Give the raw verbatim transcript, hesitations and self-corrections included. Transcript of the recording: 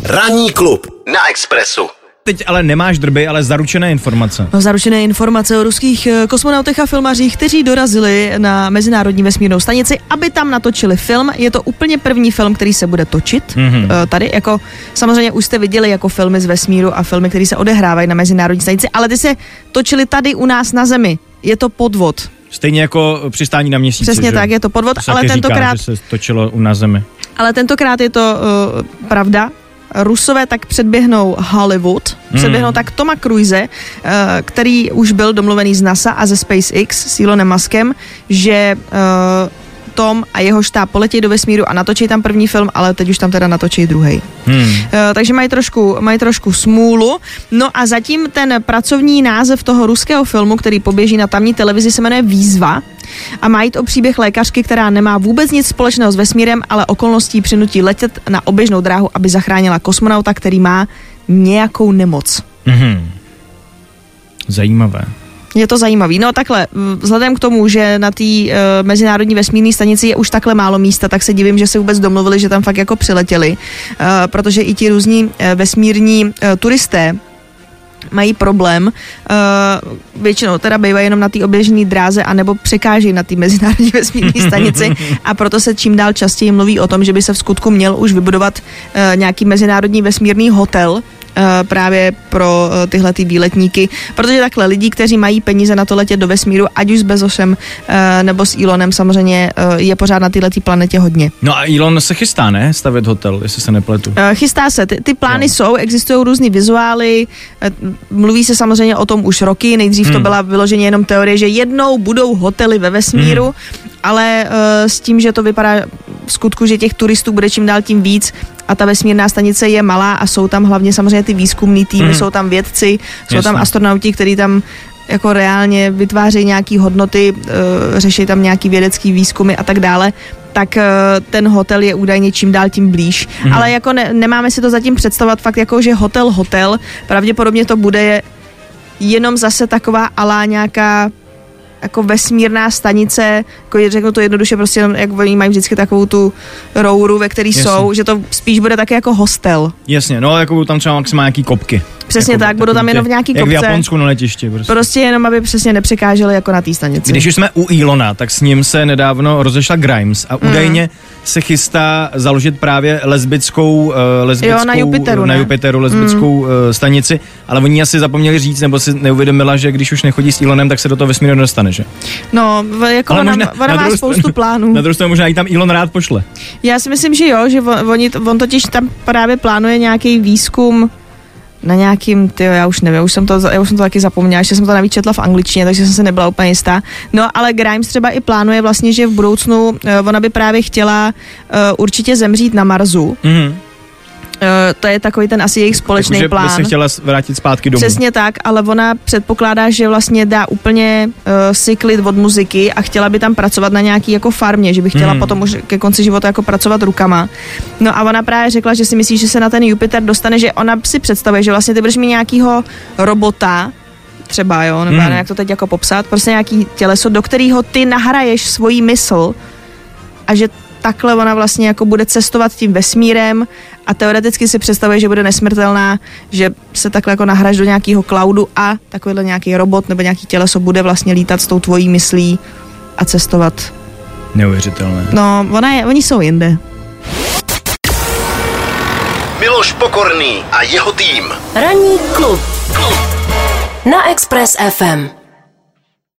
Ranní klub na Expressu. Teď ale nemáš drby, ale zaručené informace. No, zaručené informace o ruských kosmonautech a filmařích, kteří dorazili na Mezinárodní vesmírnou stanici, aby tam natočili film. Je to úplně první film, který se bude točit mm-hmm. tady. Jako, samozřejmě už jste viděli jako filmy z vesmíru a filmy, které se odehrávají na Mezinárodní stanici, ale ty se točili tady u nás na Zemi. Je to podvod. Stejně jako přistání na Měsíci. Přesně že? tak, je to podvod, to ale tentokrát... Říká, že se točilo u na Zemi. Ale tentokrát je to uh, pravda. Rusové tak předběhnou Hollywood, předběhnou hmm. tak Toma Cruise, který už byl domluvený z NASA a ze SpaceX s Elonem Muskem, že Tom a jeho štáb poletí do vesmíru a natočí tam první film, ale teď už tam teda natočí druhý. Hmm. Takže mají trošku, mají trošku smůlu. No a zatím ten pracovní název toho ruského filmu, který poběží na tamní televizi, se jmenuje Výzva a má jít o příběh lékařky, která nemá vůbec nic společného s vesmírem, ale okolností přinutí letět na oběžnou dráhu, aby zachránila kosmonauta, který má nějakou nemoc. Hmm. Zajímavé. Je to zajímavý. No takhle, vzhledem k tomu, že na té uh, Mezinárodní vesmírné stanici je už takhle málo místa, tak se divím, že se vůbec domluvili, že tam fakt jako přiletěli, uh, protože i ti různí uh, vesmírní uh, turisté mají problém, uh, většinou teda bývají jenom na té oběžné dráze anebo překáží na té Mezinárodní vesmírné stanici a proto se čím dál častěji mluví o tom, že by se v skutku měl už vybudovat uh, nějaký mezinárodní vesmírný hotel, Uh, právě pro uh, tyhle ty výletníky, protože takhle lidi, kteří mají peníze na to letět do vesmíru, ať už s Bezosem uh, nebo s Elonem, samozřejmě uh, je pořád na téhle planetě hodně. No a Elon se chystá, ne? Stavět hotel, jestli se nepletu. Uh, chystá se, ty, ty plány jo. jsou, existují různý vizuály, uh, mluví se samozřejmě o tom už roky, nejdřív hmm. to byla vyloženě jenom teorie, že jednou budou hotely ve vesmíru, hmm. ale uh, s tím, že to vypadá v skutku, že těch turistů bude čím dál tím víc a ta vesmírná stanice je malá a jsou tam hlavně samozřejmě ty výzkumný týmy, mm. jsou tam vědci, jsou Jasně. tam astronauti, kteří tam jako reálně vytvářejí nějaký hodnoty, uh, řeší tam nějaký vědecký výzkumy a tak dále, tak uh, ten hotel je údajně čím dál tím blíž. Mm. Ale jako ne, nemáme si to zatím představovat fakt jako, že hotel, hotel, pravděpodobně to bude jenom zase taková alá nějaká jako vesmírná stanice, jako řeknu to jednoduše, prostě jenom, jak oni mají vždycky takovou tu rouru, ve který Jasně. jsou, že to spíš bude také jako hostel. Jasně, no jako tam třeba maximálně nějaký kopky. Přesně jako, tak, budou tam jenom v nějaký kopce. Jak v Japonsku na letišti. Prostě. prostě jenom, aby přesně nepřekáželi jako na té stanici. Když už jsme u Elona, tak s ním se nedávno rozešla Grimes a mm. údajně se chystá založit právě lesbickou, uh, lesbickou jo, na Jupiteru, na Jupiteru lesbickou mm. uh, stanici, ale oni asi zapomněli říct, nebo si neuvědomila, že když už nechodí s Elonem, tak se do toho vesmíru nedostane, že? No, jako ona, možná, ona má spoustu stranu, plánů. Na druhou stranu možná i tam Elon rád pošle. Já si myslím, že jo, že on, on, on totiž tam právě plánuje nějaký výzkum na nějakým, tyjo, já už nevím, už jsem to, já už jsem to taky zapomněla, že jsem to navíc četla v angličtině, takže jsem se nebyla úplně jistá. No, ale Grimes třeba i plánuje vlastně, že v budoucnu uh, ona by právě chtěla uh, určitě zemřít na Marsu. Mm-hmm. Uh, to je takový ten asi jejich společný tak, plán. Že by se chtěla vrátit zpátky domů. Přesně tak, ale ona předpokládá, že vlastně dá úplně uh, si klid od muziky a chtěla by tam pracovat na nějaký jako farmě, že by chtěla hmm. potom už ke konci života jako pracovat rukama. No a ona právě řekla, že si myslí, že se na ten Jupiter dostane, že ona si představuje, že vlastně ty budeš mít nějakýho robota, třeba jo, nebo hmm. jak to teď jako popsat, prostě nějaký těleso, do kterého ty nahraješ svoji mysl a že takhle ona vlastně jako bude cestovat tím vesmírem a teoreticky si představuje, že bude nesmrtelná, že se takhle jako nahraš do nějakého cloudu a takovýhle nějaký robot nebo nějaký těleso bude vlastně lítat s tou tvojí myslí a cestovat. Neuvěřitelné. No, ona je, oni jsou jinde. Miloš Pokorný a jeho tým. Ranní klub na Express ef em.